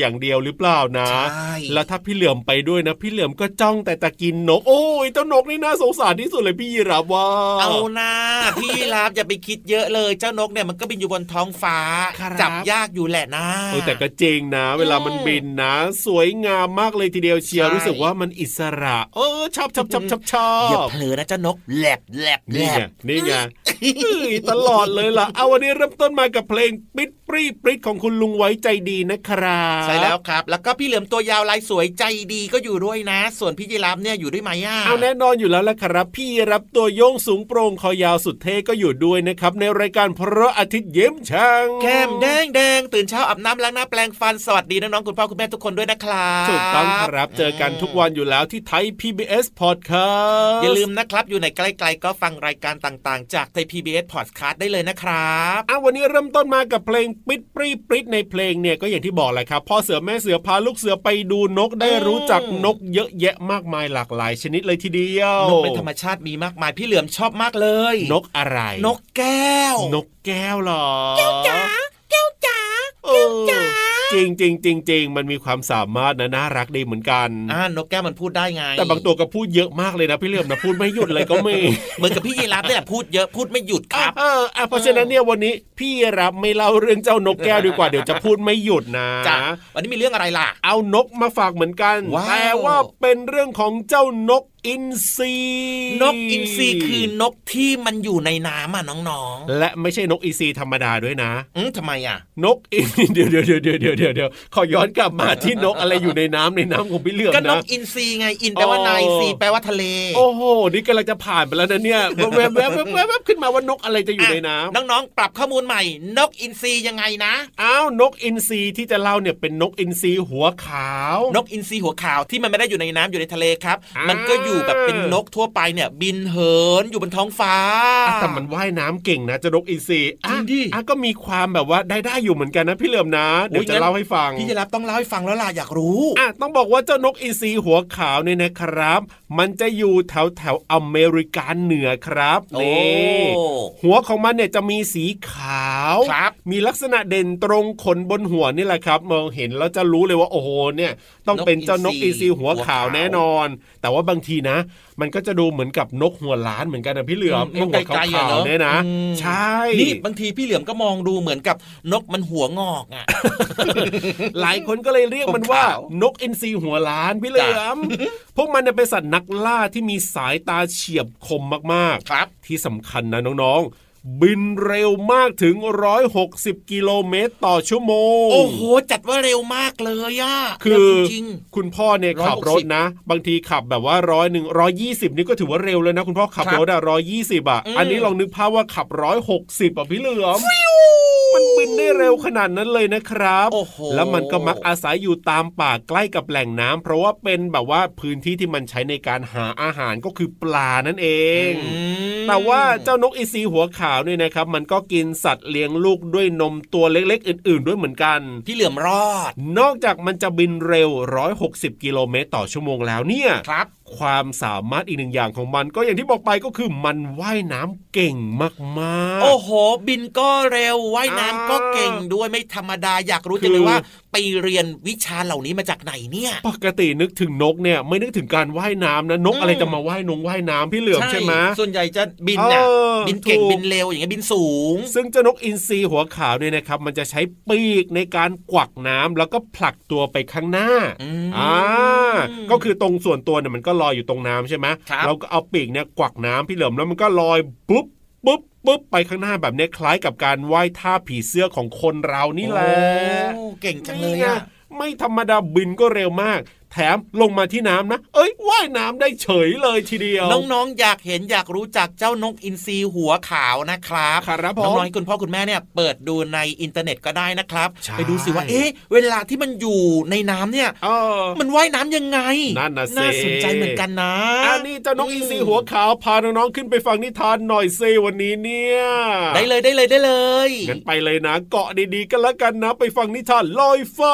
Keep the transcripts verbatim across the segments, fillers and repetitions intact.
อย่างเดียวหรือเปล่านะใช่แล้วถ้าพี่เหลือมไปด้วยนะพี่เหลือมก็จ้องแต่ตะกินนกโอ้ยเจ้านกนี่น่าสงสารที่สุดเลยพี่ยีราฟว่าเอานะพี่ยีราฟอย่าไปคิดเยอะเลยเจ้านกเนี่ยมันก็บินอยู่บนท้องฟ้าจับยากอยู่แหละนะเออแต่ก็จริงนะเวลามันบินนะสวยงามมากเลยทีเดียวเชียวรู้สึกว่ามันอิสระเออชอบชอบชอบชอบชอบอย่าเผลอนะเจ้านกแหลบแหลบแหลบนี่ไงตลอดเลยล่ะเอาวันนี้เริ่มต้นมากับเพลงปิดปรีปริดของคุณลุงไว้ใจดีนะครับใช่แล้วครับแล้วก็พี่เหลือมตัวยาวลายสวยใจดีก็อยู่ด้วยนะส่วนพี่ยีราฟเนี่ยอยู่ด้วยไหมอ่ะเอาแน่นอนอยู่แล้วละครับพี่ยีราฟตัวโยงสูงโปร่งคอยาวสุดเท่ก็อยู่ด้วยนะครับในรายการพระอาทิตย์ยิ้มช่างแก้มแดงแดงตื่นเช้าอาบน้ำล้างหน้าแปรงฟันสวัสดีน้องๆคุณพ่อคุณแม่ทุกคนด้วยนะครับถูกต้องครับเจอกันทุกวันอยู่แล้วที่ไทย พี บี เอส Podcast อย่าลืมนะครับอยู่ในใกล้ๆก็ฟังรายการต่างๆจากไทย พี บี เอส Podcast ได้เลยนะครับเอาวันนี้เริ่มต้นมากับเพลงปิดปรีปริดในเพลงเนี่ยก็อย่างที่บอกแหละครับพ่อเสือแม่เสือพาลูกเสือไปดูนกได้รู้จักนกเยอะแยะมากมายหลากหลายชนิดเลยทีเดียวนกในธรรมชาติมีมากมายพี่เหลือมชอบมากเลยนกอะไรนกแก้วนกแก้วหรอแก้วจ๋าแก้วจ๋าแก้วจ๋าจริงจริงจริงจริงมันมีความสามารถนะน่ารักดีเหมือนกันอ่านกแก้วมันพูดได้ไงแต่บางตัวก็พูดเยอะมากเลยนะพี่เหลือมนะพูดไม่หยุดเลยก็มีเหมือนกับพี่ยีราฟนี่แหละพูดเยอะพูดไม่หยุดครับเออเพราะฉะนั้นเนี่ยวันนี้พี่ยีราฟไม่เล่าเรื่องเจ้านกแก้วดีกว่าเดี๋ยวจะพูดไม่หยุดนะจ้ะวันนี้มีเรื่องอะไรล่ะเอานกมาฝากเหมือนกันแต่ว่าเป็นเรื่องของเจ้านกอินทรีนกอินทรีคือนกที่มันอยู่ในน้ำอ่ะน้องๆและไม่ใช่นกอินทรีธรรมดาด้วยนะอืมทำไมอ่ะนกอินเดี๋ยวเดี๋ยวเดี๋ยวเดี๋ยวเดี๋ยวเดี๋ยวเดี๋ยวขอย้อนกลับมาที่นกอะไรอยู่ในน้ำในน้ำของพี่เหลือมนะก็นกอินทรีไงอินแปลว่านายทรีแปลว่าทะเลโอ้โหนี่กำลังจะผ่านไปแล้วนะเนี่ยแวบแวบแวบแวบขึ้นมาว่านกอะไรจะอยู่ในน้ำน้องๆปรับข้อมูลใหม่นกอินทรียังไงนะอ้าวนกอินทรีที่จะเล่าเนี่ยเป็นนกอินทรีหัวขาวนกอินทรีหัวขาวที่มันไม่ได้อยู่ในน้ำอยู่ในทะเลครับมันก็อยู่แบบเป็นนกทั่วไปเนี่ยบินเหินอยู่บนท้องฟ้าแต่มันว่ายน้ำเก่งนะเจ้านกอินทรีจริงดิอ่ะก็มีความแบบว่าได้ได้อยู่เหมือนกันนะพี่เหลือมนะเดี๋ยวจะเล่าให้ฟังพี่จะรับต้องเล่าให้ฟังแล้วล่ะอยากรู้อ่ะต้องบอกว่าเจ้านกอินทรีหัวขาวเนี่ยนะครับมันจะอยู่แถวแถวอเมริกาเหนือครับนี่หัวของมันเนี่ยจะมีสีขาวมีลักษณะเด่นตรงขนบนหัวนี่แหละครับมองเห็นแล้วจะรู้เลยว่าโอ้โหเนี่ยต้องเป็นเจ้านกอินทรีหัวขาวแน่นอนแต่ว่าบางทีนะมันก็จะดูเหมือนกับนกหัวล้านเหมือนกันนะพี่เหลือมนกหัวขาวๆเนี่ยนะใช่นี่บางทีพี่เหลือมก็มองดูเหมือนกับนกมันหัวงอกอ่ะหลายคนก็เลยเรียกมันว่านกอินทรีหัวล้านพี่เหลือมพวกมันเป็นสัตว์นักล่าที่มีสายตาเฉียบคมมากๆครับที่สำคัญนะน้องๆบินเร็วมากถึงหนึ่งร้อยหกสิบกิโลเมตรต่อชั่วโมงโอ้โหจัดว่าเร็วมากเลยอ่ะคือคุณพ่อเนี่ยขับรถนะบางทีขับแบบว่าร้อยหนึ่งร้อยยี่สิบนี่ก็ถือว่าเร็วเลยนะคุณพ่อขับรถอ่ะร้อยยี่สิบอ่ะอันนี้ลองนึกภาพว่าขับร้อยหกสิบอ่ะพี่เหลือมมันบินได้เร็วขนาดนั้นเลยนะครับแล้วมันก็มักอาศัยอยู่ตามป่าใกล้กับแหล่งน้ำเพราะว่าเป็นแบบว่าพื้นที่ที่มันใช้ในการหาอาหารก็คือปลานั่นเองแต่ว่าเจ้านกอินทรีหัวขาวเนี่ยนะครับมันก็กินสัตว์เลี้ยงลูกด้วยนมตัวเล็กๆอื่นๆด้วยเหมือนกันที่เหลือมรอดนอกจากมันจะบินเร็วหนึ่งร้อยหกสิบกิโลเมตรต่อชั่วโมงแล้วเนี่ยครับความสามารถอีกหนึ่งอย่างของมันก็อย่างที่บอกไปก็คือมันว่ายน้ำเก่งมากๆโอ้โหบินก็เร็วว่ายน้ำก็เก่งด้วยไม่ธรรมดาอยากรู้จังเลยว่าไปเรียนวิชาเหล่านี้มาจากไหนเนี่ยปกตินึกถึงนกเนี่ยไม่นึกถึงการว่ายน้ำนะนกอะไรจะมาว่ายนงว่ายน้ำพี่เหลือมใช่ไหมส่วนใหญ่จะบินน่ะบินเก่งบินเร็วอย่างเงี้ยบินสูงซึ่งเจ้านกอินทรีหัวขาวเนี่ยนะครับมันจะใช้ปีกในการกวักน้ำแล้วก็ผลักตัวไปข้างหน้าอ่าก็คือตรงส่วนตัวเนี่ยมันก็ลอยอยู่ตรงน้ำใช่ไหมเราก็เอาปีกเนี่ยกวักน้ำพี่เหลิมแล้วมันก็ลอยปุ๊บปุ๊บปุ๊บไปข้างหน้าแบบนี้คล้ายกับการว่ายท่าผีเสื้อของคนเรานี่แหละเก่งจังเลยอ่ะไม่ธรรมดาบินก็เร็วมากแถมลงมาที่น้ำนะเอ้ยว่ายน้ำได้เฉยเลยทีเดียวน้องๆอยากเห็นอยากรู้จักเจ้านกอินทรีหัวขาวนะครับครับน้องๆให้คุณพ่อคุณแม่เนี่ยเปิดดูในอินเทอร์เน็ตก็ได้นะครับไปดูสิว่าเอ๊ะเวลาที่มันอยู่ในน้ำเนี่ยมันว่ายน้ำยังไงนั่นนะน่าสนใจเหมือนกันนะอันนี้เจ้านกอินทรีหัวขาวพาน้องๆขึ้นไปฟังนิทานหน่อยเซวันนี้เนี่ยได้เลยได้เลยได้เลยงั้นไปเลยนะเกาะดีๆกันแล้วกันนะไปฟังนิทานลอยฟ้า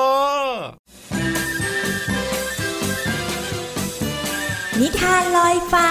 นิทานลอยฟ้า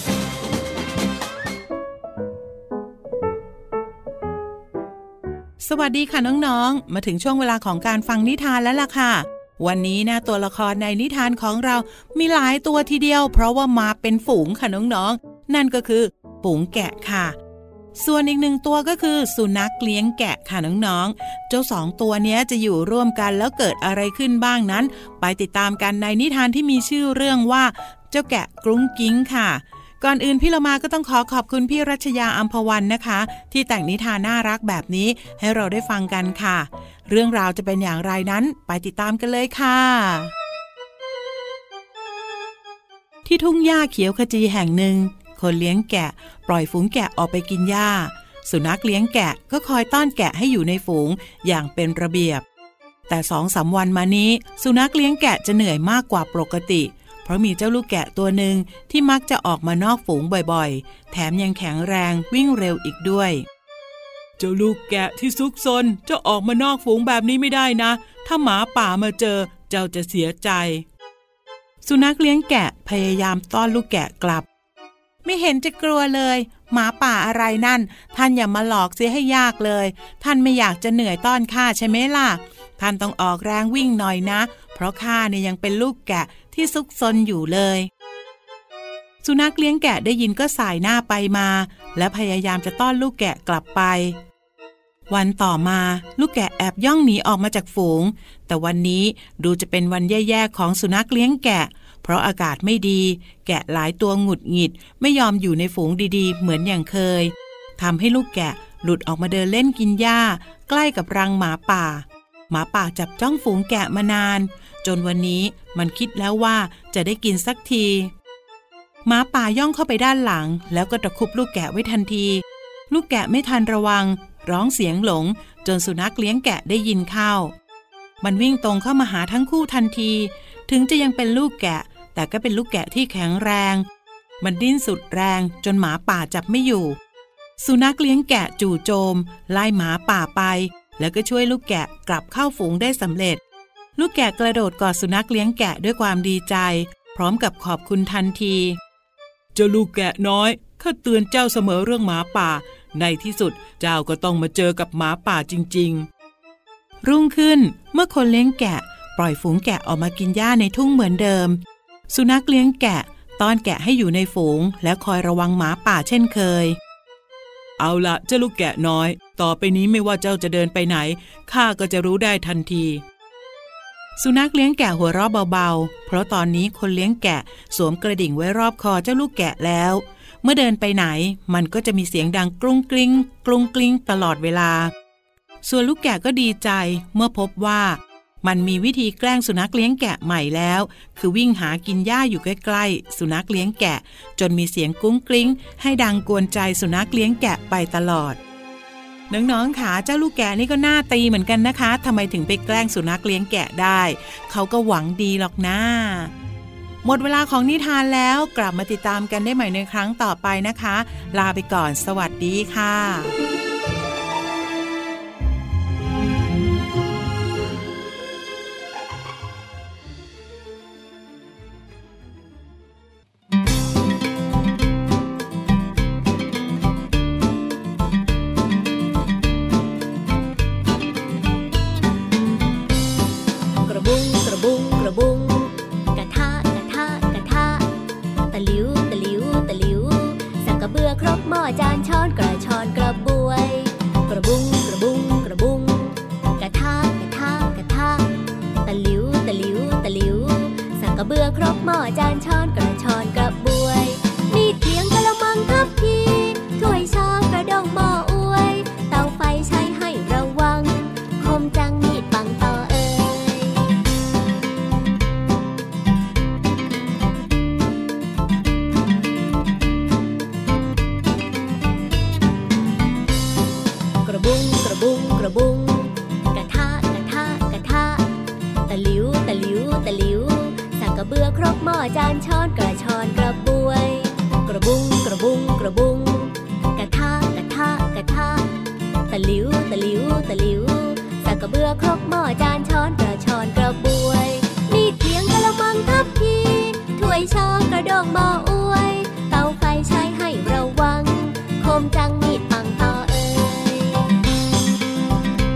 สวัสดีค่ะน้องๆมาถึงช่วงเวลาของการฟังนิทานแล้วล่ะค่ะวันนี้นะตัวละครในนิทานของเรามีหลายตัวทีเดียวเพราะว่ามาเป็นฝูงค่ะน้องๆนั่นก็คือฝูงแกะค่ะส่วนอีกหนึ่งตัวก็คือสุนัขเลี้ยงแกะค่ะน้องๆเจ้าสองตัวนี้จะอยู่ร่วมกันแล้วเกิดอะไรขึ้นบ้างนั้นไปติดตามกันในนิทานที่มีชื่อเรื่องว่าเจ้าแกะกรุ้งกิ้งค่ะก่อนอื่นพี่เรามาก็ต้องขอขอบคุณพี่รัชยาอัมพวันนะคะที่แต่งนิทานน่ารักแบบนี้ให้เราได้ฟังกันค่ะเรื่องราวจะเป็นอย่างไรนั้นไปติดตามกันเลยค่ะที่ทุ่งหญ้าเขียวขจีแห่งหนึ่งคนเลี้ยงแกะปล่อยฝูงแกะออกไปกินหญ้าสุนัขเลี้ยงแกะก็คอยต้อนแกะให้อยู่ในฝูงอย่างเป็นระเบียบแต่สองสามวันมานี้สุนัขเลี้ยงแกะจะเหนื่อยมากกว่าปกติเพราะมีเจ้าลูกแกะตัวหนึ่งที่มักจะออกมานอกฝูงบ่อยๆแถมยังแข็งแรงวิ่งเร็วอีกด้วยเจ้าลูกแกะที่ซุกซนจะออกมานอกฝูงแบบนี้ไม่ได้นะถ้าหมาป่ามาเจอเจ้าจะเสียใจสุนัขเลี้ยงแกะพยายามต้อนลูกแกะกลับไม่เห็นจะกลัวเลยหมาป่าอะไรนั่นท่านอย่ามาหลอกเสียให้ยากเลยท่านไม่อยากจะเหนื่อยต้อนข้าใช่ไหมล่ะท่านต้องออกแรงวิ่งหน่อยนะเพราะข้าเนี่ยยังเป็นลูกแกะที่ซุกซนอยู่เลยสุนัขเลี้ยงแกะได้ยินก็สายหน้าไปมาและพยายามจะต้อนลูกแกะกลับไปวันต่อมาลูกแกะแอบย่องหนีออกมาจากฝูงแต่วันนี้ดูจะเป็นวันแย่ๆของสุนัขเลี้ยงแกะเพราะอากาศไม่ดีแกะหลายตัวหงุดหงิดไม่ยอมอยู่ในฝูงดีๆเหมือนอย่างเคยทำให้ลูกแกะหลุดออกมาเดินเล่นกินหญ้าใกล้กับรังหมาป่าหมาป่าจับจ้องฝูงแกะมานานจนวันนี้มันคิดแล้วว่าจะได้กินสักทีหมาป่าย่องเข้าไปด้านหลังแล้วก็ตะคุบลูกแกะไว้ทันทีลูกแกะไม่ทันระวังร้องเสียงหลงจนสุนัขเลี้ยงแกะได้ยินเข้ามันวิ่งตรงเข้ามาหาทั้งคู่ทันทีถึงจะยังเป็นลูกแกะแต่ก็เป็นลูกแกะที่แข็งแรงมันดิ้นสุดแรงจนหมาป่าจับไม่อยู่สุนัขเลี้ยงแกะจู่โจมไล่หมาป่าไปแล้วก็ช่วยลูกแกะกลับเข้าฝูงได้สำเร็จลูกแกะกระโดดกอดสุนัขเลี้ยงแกะด้วยความดีใจพร้อมกับขอบคุณทันทีเจ้าลูกแกะน้อยข้าเตือนเจ้าเสมอเรื่องหมาป่าในที่สุดเจ้าก็ต้องมาเจอกับหมาป่าจริงๆรุ่งขึ้นเมื่อคนเลี้ยงแกะปล่อยฝูงแกะออกมากินหญ้าในทุ่งเหมือนเดิมสุนัขเลี้ยงแกะต้อนแกะให้อยู่ในฝูงและคอยระวังหมาป่าเช่นเคยเอาละเจ้าลูกแกะน้อยต่อไปนี้ไม่ว่าเจ้าจะเดินไปไหนข้าก็จะรู้ได้ทันทีสุนัขเลี้ยงแกะหัวเราะเบาๆเพราะตอนนี้คนเลี้ยงแกะสวมกระดิ่งไว้รอบคอเจ้าลูกแกะแล้วเมื่อเดินไปไหนมันก็จะมีเสียงดังกรุ้งกริ้งกรุ้งกริ้งตลอดเวลาส่วนลูกแกะก็ดีใจเมื่อพบว่ามันมีวิธีแกล้งสุนัขเลี้ยงแกะใหม่แล้วคือวิ่งหากินหญ้าอยู่ใกล้ๆสุนัขเลี้ยงแกะจนมีเสียงกุ้งกริ้งให้ดังกวนใจสุนัขเลี้ยงแกะไปตลอดน้องๆขาเจ้าลูกแกะนี่ก็น่าตีเหมือนกันนะคะทำไมถึงไปแกล้งสุนัขเลี้ยงแกะได้เขาก็หวังดีหรอกนะหมดเวลาของนิทานแล้วกลับมาติดตามกันได้ใหม่ในครั้งต่อไปนะคะลาไปก่อนสวัสดีค่ะจานช้อนกระชอนกระบวยกระบุงกระบุงกระบุงกระทะกระทะกระทะตะหลิวตะหลิวตะหลิวสักกระเบือครกหม้อจานช้อนกระชอนกระบวยมีเขียงกะละมังทัพพีถ้วยชามกระดองหม้ออวยเตาไฟใช้ให้ระวังคมจังมีดปังต่อเอ่ยกระบุงกระบุงกระทะกระทะกระทะตะหลิวตะหลิวตะหลิวสักกระเบือครกหม้อจานช้อนกระชอนกระบวยกระบุงกระบุงกระบุงกระทะกระทะกระทะตะหลิวตะหลิวตะหลิวสักกระเบือครกหม้อจานช้อนกระชอนกระบวยมีเขียงกะละมังทัพพีถ้วยชามกระดองหม้ออวยเตาไฟใช้ให้ระวังคมจังมีดปังต่อเอ่ย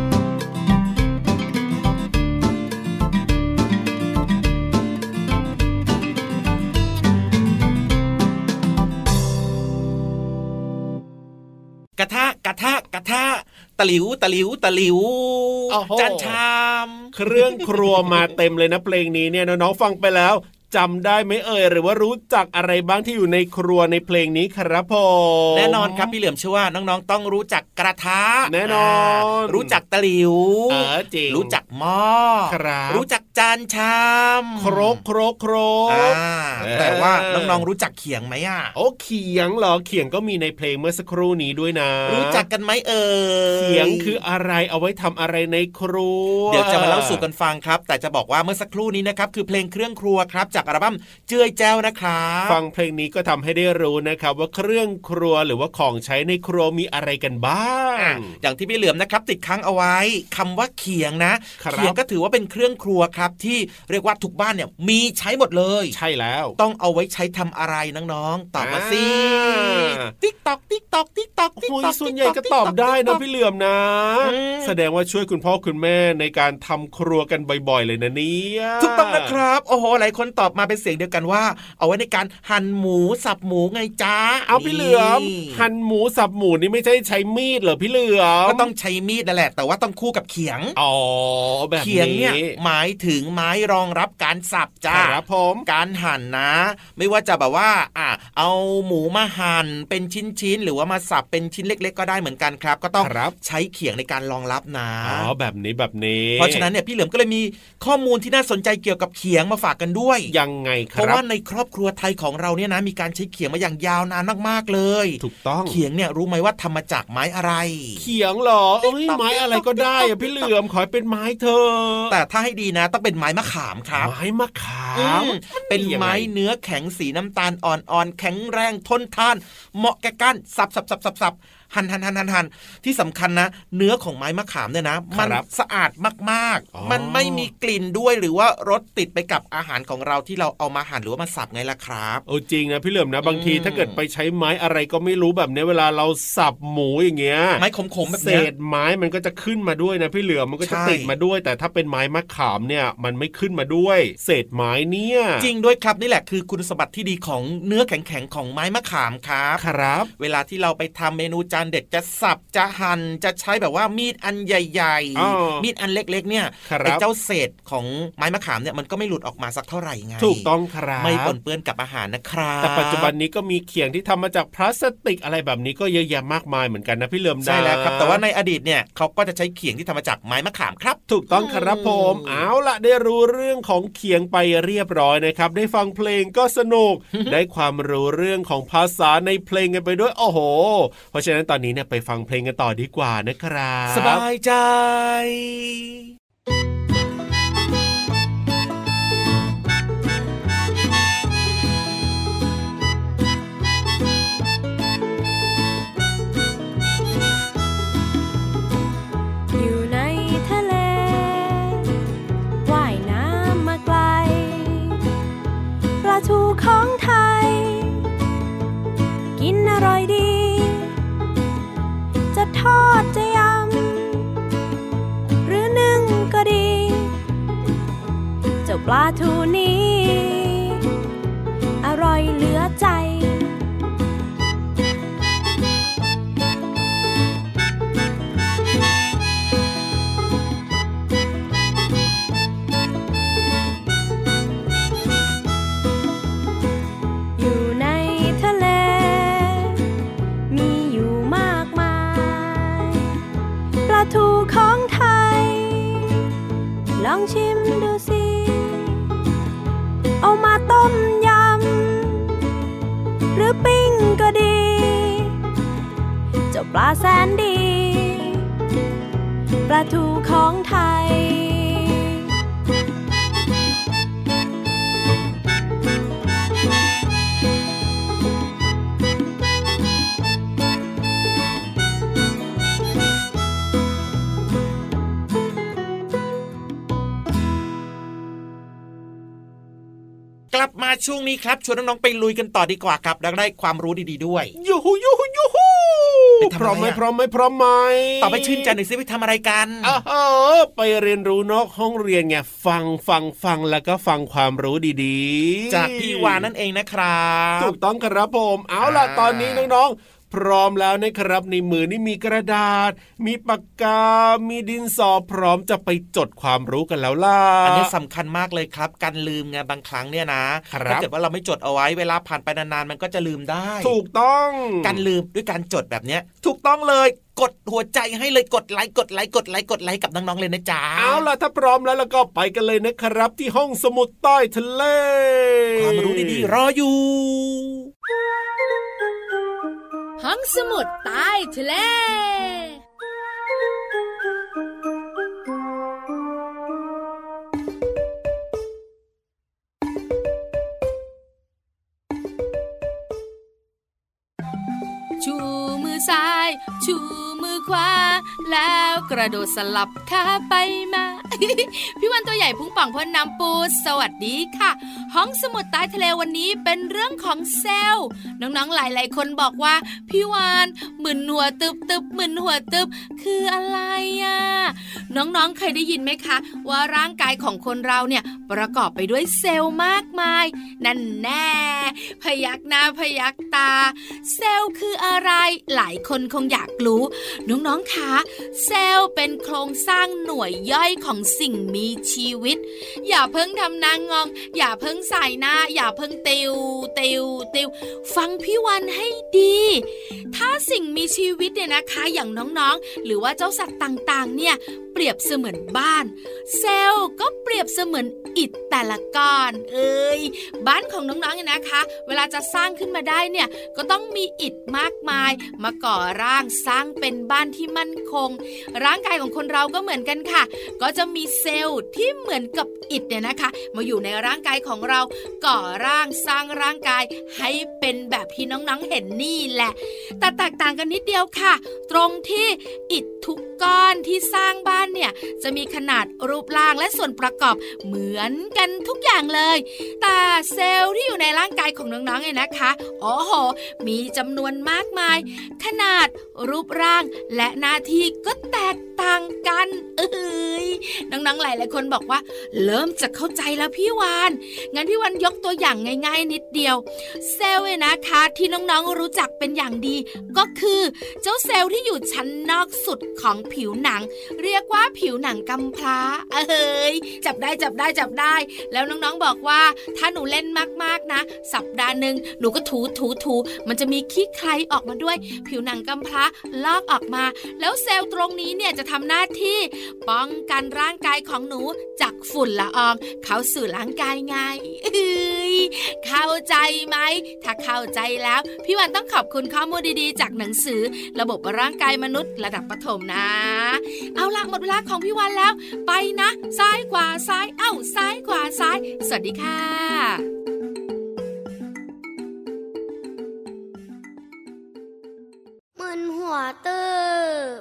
กระทะกระทะกระทะตะหลิวตะหลิวตะหลิวจานชามเครื่องครัวมาเต็มเลยนะเพลงนี้เนี่ยน้องๆฟังไปแล้วจำได้ไหมเอ่ยหรือว่ารู้จักอะไรบ้างที่อยู่ในครัวในเพลงนี้ครับผมแน่นอนครับพี่เหลือมเชื่อว่าน้องๆต้องรู้จักกระทะแน่นอนรู้จักตะหลิวเออจริงรู้จักหม้อครับรู้จักจานชามครกครกครกแต่ว่าน้องๆรู้จักเขียงไหมอ่ะโอ้เขียงเหรอเขียงก็มีในเพลงเมื่อสักครู่นี้ด้วยนะรู้จักกันไหมเอ่ยเขียงคืออะไรเอาไว้ทำอะไรในครัวเดี๋ยวจะมาเล่าสู่กันฟังครับแต่จะบอกว่าเมื่อสักครู่นี้นะครับคือเพลงเครื่องครัวครับจากอัลบั้มเจือยแจ้วนะครับฟังเพลงนี้ก็ทำให้ได้รู้นะครับว่าเครื่องครัวหรือว่าของใช้ในครัวมีอะไรกันบ้างอย่างที่พี่เหลือมนะครับติดค้างเอาไว้คำว่าเขียงนะเขียงก็ถือว่าเป็นเครื่องครัวครับที่เรียกว่าทุกบ้านเนี่ยมีใช้หมดเลยใช่แล้วต้องเอาไว้ใช้ทำอะไรน้องๆตอบมาสิติ๊กตอกติ๊กตอกติ๊กตอกติ๊กตอกส่วนใหญ่ก็ตอบได้นะพี่เหลือมนะแสดงว่าช่วยคุณพ่อคุณแม่ในการทำครัวกันบ่อยๆเลยนะเนี่ยถูกต้องนะครับโอ้โหหลายคนตอบมาเป็นเสียงเดียวกันว่าเอาไว้ในการหั่นหมูสับหมูไงจ้าเอาพี่เหลือมหั่นหมูสับหมูนี่ไม่ใช่ใช้มีดเหรอพี่เหลือมก็ต้องใช้มีดนั่นแหละแต่ว่าต้องคู่กับเขียงอ๋อแบบนี้เขียงเนี่ยหมายถึงไม้รองรับการสับจ้าครับผมการหั่นนะไม่ว่าจะแบบว่าอ่ะเอาหมูมาหั่นเป็นชิ้นๆหรือว่ามาสับเป็นชิ้นเล็กๆก็ได้เหมือนกันครับก็ต้องใช้เขียงในการรองรับนะอ๋อแบบนี้แบบนี้เพราะฉะนั้นเนี่ยพี่เหลือมก็เลยมีข้อมูลที่น่าสนใจเกี่ยวกับเขียงมาฝากกันด้วยยังไงครับเพราะว่าในครอบครัวไทยของเราเนี่ยนะมีการใช้เขียงมาอย่างยาวนานมากๆเลยถูกต้องเขียงเนี่ยรู้ไหมว่าทำมาจากไม้อะไรเขียงเหรอเอ้ยไม้อะไรก็ได้อะพี่เหลือมขอเป็นไม้เธอแต่ถ้าให้ดีนะต้องเป็นไม้มะขามครับไม้มะขามเป็นไม้เนื้อแข็งสีน้ำตาลอ่อนๆแข็งแรงทนทานเหมาะแก่การสับสับสับสับสับหั่นหั่นหั่นหั่นที่สำคัญนะเนื้อของไม้มะขามเนี่ยนะมันสะอาดมากๆมันไม่มีกลิ่นด้วยหรือว่ารสติดไปกับอาหารของเราที่เราเอามาหั่นหรือว่ามาสับไงล่ะครับโอ้จริงนะพี่เหลิมนะบางทีถ้าเกิดไปใช้ไม้อะไรก็ไม่รู้แบบนี้เวลาเราสับหมูอย่างเงี้ยไม้ขมๆแบบเศษไม้มันก็จะขึ้นมาด้วยนะพี่เหลิมมันก็จะติดมาด้วยแต่ถ้าเป็นไม้มะขามเนี่ยมันไม่ขึ้นมาด้วยเศษไม้เนี่ยจริงด้วยครับนี่แหละคือคุณสมบัติที่ดีของเนื้อแข็งๆของไม้มะขามครับครับเวลาที่เราไปทำเมนูจานเด็ดจะสับจะหั่นจะใช้แบบว่ามีดอันใหญ่ๆมีดอันเล็กๆเนี่ยไอ้เจ้าเศษของไม้มะขามเนี่ยมันก็ไม่หลุดออกมาสักเท่าไหร่ไงถูกต้องครับไม่ปนเปื้อนกับอาหารนะครับแต่ปัจจุบันนี้ก็มีเขียงที่ทำมาจากพลาสติกอะไรแบบนี้ก็เยอะแยะมากมายเหมือนกันนะพี่เหลิมใช่แล้วครับแต่ว่าในอดีตเนี่ยเขาก็จะใช้เขียงที่ทำมาจากไม้มะขามครับถูกต้องครับผมเอาล่ะได้รู้เรื่องของเขียงไปเรียบร้อยนะครับได้ฟังเพลงก็สนุก ได้ความรู้เรื่องของภาษาในเพลงกันไปด้วยโอ้โหเพราะฉะนั้นตอนนี้เนี่ยไปฟังเพลงกันต่อดีกว่านะครับสบายใจอยู่ในทะเลว่ายน้ำมาไกลปลาทูของไทยกินอร่อยดีจะทอดจะยำหรือนึ่งก็ดีเจ้าปลาทูนี้อร่อยเหลือใจอยู่ในทะเลมีอยู่มากมายปลาทูของไทยลองชิมดูสิเอามาต้มยำหรือปิ้งก็ดีเจ้าปลาแสนดีปลาทูของไทยกลับมาช่วงนี้ครับชวนน้องๆไปลุยกันต่อดีกว่าครับแล้วได้ความรู้ดีๆด้วยยูฮูยูฮูยูฮูพร้อมไหมพร้อมไหมพร้อมไหมต่อไปชื่นใจหน่อยสิไปทำอะไรกันอ๋อไปเรียนรู้นอกห้องเรียนไงฟังฟังฟังแล้วก็ฟังความรู้ดีๆจากพี่วานนั่นเองนะครับถูกต้องครับผมเอาล่ะตอนนี้น้องๆพร้อมแล้วนะครับในมือนี่มีกระดาษมีปากกามีดินสอพร้อมจะไปจดความรู้กันแล้วล่ะอันนี้สำคัญมากเลยครับการลืมไงบางครั้งเนี่ยนะถ้าเกิดว่าเราไม่จดเอาไว้เวลาผ่านไปนานๆมันก็จะลืมได้ถูกต้องการลืมด้วยการจดแบบเนี้ยถูกต้องเลยกดหัวใจให้เลยกดไลค์กดไลค์กดไลค์กดไลค์กับน้องๆเลยนะจ๊ะเอาล่ะถ้าพร้อมแล้วแล้วก็ไปกันเลยนะครับที่ห้องสมุดใต้ทะเลความรู้ดีๆรออยู่ห้องสมุดใต้ทะเลชูมือซ้ายชูมือขวาแล้วกระโดดสลับขาไปมาพี่วันตัวใหญ่พุงป่องพ่นน้ำปูสวัสดีค่ะห้องสมุดใต้ทะเลวันนี้เป็นเรื่องของเซลล์น้องๆหลายๆคนบอกว่าพี่วานมึนหัวตึบตึบมึนหัวตึบคืออะไรอ่ะน้องๆเคยได้ยินไหมคะว่าร่างกายของคนเราเนี่ยประกอบไปด้วยเซลล์มากมายนั่นแน่พยักหน้าพยักตาเซลล์คืออะไรหลายคนคงอยากรู้น้องๆคะเซลล์เป็นโครงสร้างหน่วยย่อยของสิ่งมีชีวิตอย่าเพิ่งทำนางงองอย่าเพิ่งใส่หน้าอย่าเพิ่งติวติวติวฟังพี่วันให้ดีถ้าสิ่งมีชีวิตเนี่ยนะคะอย่างน้องๆหรือว่าเจ้าสัตว์ต่างๆเนี่ยเปรียบเสมือนบ้านเซลล์ก็เปรียบเสมือนอิฐแต่ละก้อนเอ้ยบ้านของน้องๆเนี่ยนะคะเวลาจะสร้างขึ้นมาได้เนี่ยก็ต้องมีอิฐมากมายมาก่อร่างสร้างเป็นบ้านที่มั่นคงร่างกายของคนเราก็เหมือนกันค่ะก็จะมีเซลล์ที่เหมือนกับอิฐเนี่ยนะคะมาอยู่ในร่างกายของเราก่อร่างสร้างร่างกายให้เป็นแบบที่น้องๆเห็นนี่แหละแต่แตกต่างกันนิดเดียวค่ะตรงที่อิฐทุกก้อนที่สร้างบ้านเนี่ยจะมีขนาดรูปร่างและส่วนประกอบเหมือนกันทุกอย่างเลยแต่เซลล์ที่อยู่ในร่างกายของน้องๆเนี่ยนะคะโอ้โหมีจำนวนมากมายขนาดรูปร่างและหน้าที่ก็แตกต่างกันเอ้ยน้องๆหลายๆคนบอกว่าเริ่มจะเข้าใจแล้วพี่วานงั้นพี่วานยกตัวอย่างง่ายๆนิดเดียวเซลล์เนี่ยนะคะที่น้องๆรู้จักเป็นอย่างดีก็คือเจ้าเซลล์ที่อยู่ชั้นนอกสุดของผิวหนังเรียกว่าผิวหนังกำพร้าเอ้ยจับได้จับได้จับได้แล้วน้องๆบอกว่าถ้าหนูเล่นมากๆนะสัปดาห์นึงหนูก็ถูถูถูมันจะมีขี้ใครออกมาด้วยผิวหนังกำพร้าลอกออกมาแล้วเซลล์ตรงนี้เนี่ยจะทำหน้าที่ป้องกันร่างกายของหนูจากฝุ่นละอองเข้าสู่ร่างกายไงเอ้ยเข้าใจไหมถ้าเข้าใจแล้วพี่วันต้องขอบคุณข้อมูลดีๆจากหนังสือระบบร่างกายมนุษย์ระดับประถมนะเอาล่ะหมดเวลาของพี่วันแล้วไปนะซ้ายขวาซ้ายเอ้าซ้ายขวาซ้ายสวัสดีค่ะมึนหัวตึบ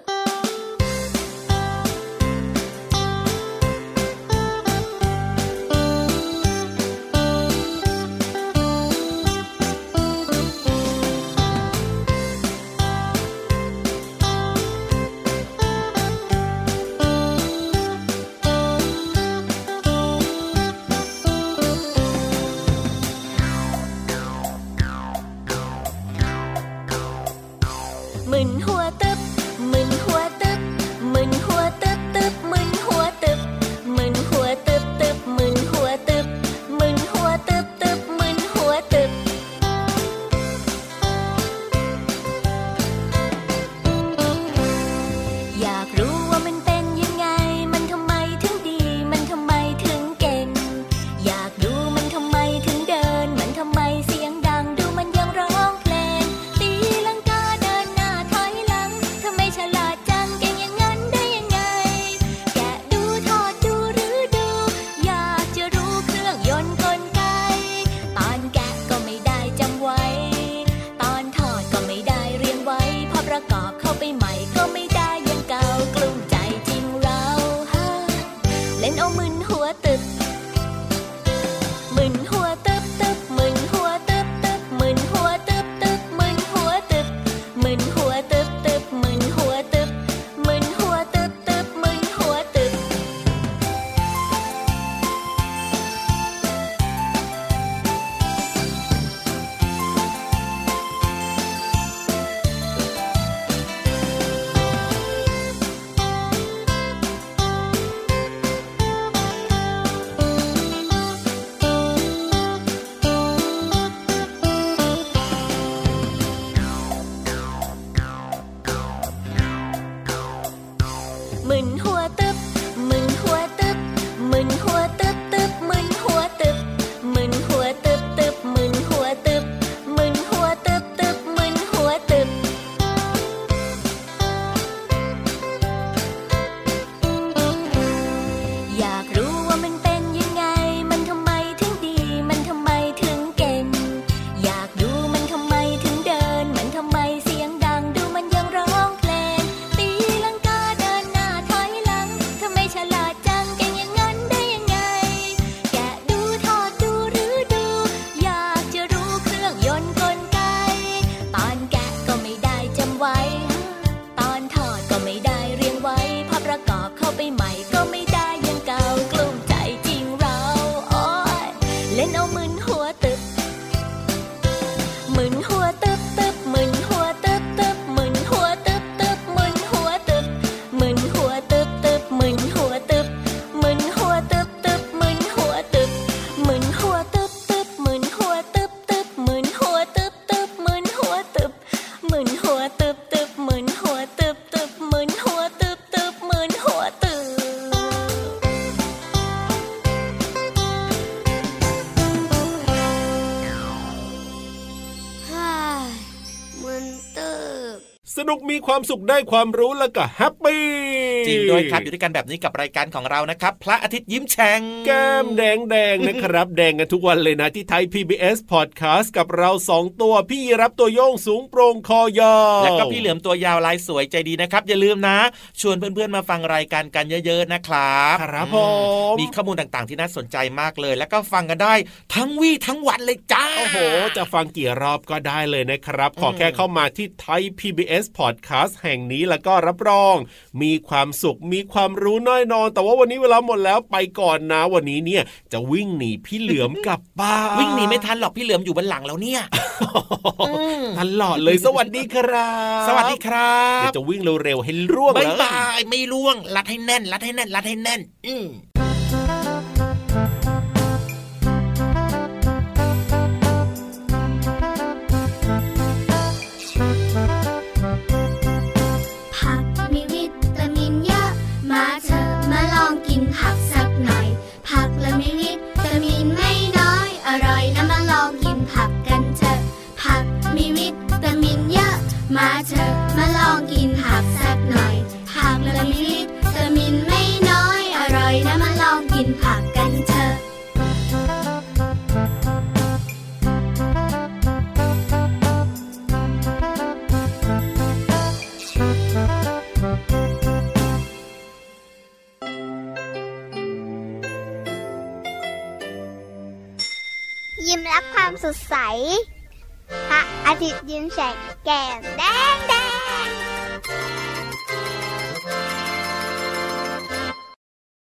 นเอามึนหัวตึบมึนหัวตึบตึบมึนหัวตึบตึบมึนหัวตึบตึบมึนหัวตึบมึนหัวตึบตึบมึนหัวตึบมึนหัวตึบตึบมึนหัวตึบมึนหัวตึบตึบมึนหัวตึบตึบมึนหัวตึบตึบมึนหัวตึบมึนหัวตึบตึบมึนหัวตึบตึบมึนหัวตึบตึบมึนหัวตึบสนุกมีความสุขได้ความรู้แล้วก็แฮปปี้จริงด้วยครับอยู่ด้วยกันแบบนี้กับรายการของเรานะครับพระอาทิตย์ยิ้มแฉ่งแก้มแดงแดงนะครับแดงกันทุกวันเลยนะที่ไทย พี บี เอส Podcast กับเราสองตัวพี่รับตัวโยงสูงโปร่งคอยาวแล้วก็พี่เหลือมตัวยาวลายสวยใจดีนะครับอย่าลืมนะชวนเพื่อนๆมาฟังรายการกันเยอะๆนะครับครับผมมีข้อมูลต่างๆที่น่าสนใจมากเลยแล้วก็ฟังกันได้ทั้งวี่ทั้งวันเลยจ้าโอ้โหจะฟังกี่รอบก็ได้เลยนะครับขอแค่เข้ามาที่ไทย พี บี เอส Podcast แห่งนี้แล้วก็รับรองมีความสุขมีความรู้แน่นอนแต่ว่าวันนี้เวลาหมดแล้วไปก่อนนะวันนี้เนี่ยจะวิ่งหนีพี่เหลือมกลับบ้านวิ่งหนีไม่ทันหรอกพี่เหลือมอยู่บนหลังแล้วเนี่ยตลอดเลยสวัสดีครับสวัสดีครับเดี๋ยวจะวิ่งเร็วๆให้ร่วงเลยบ๊ายบายไม่ร่วงรัดให้แน่นรัดให้แน่นรัดให้แน่นอืมผักสักหน่อยผักและมีวิตามินไม่น้อยอร่อยนะมาลองกินผักกันเถอะผักมีวิตามินเยอะมาเถอะมาลองกินผักสักหน่อยผักและมีวิตามินไม่น้อยอร่อยนะมาลองกินผักกันเถอะยิ้มรับความสดใสพระอาทิตย์ยิ้มแฉกแก้มแดงแดง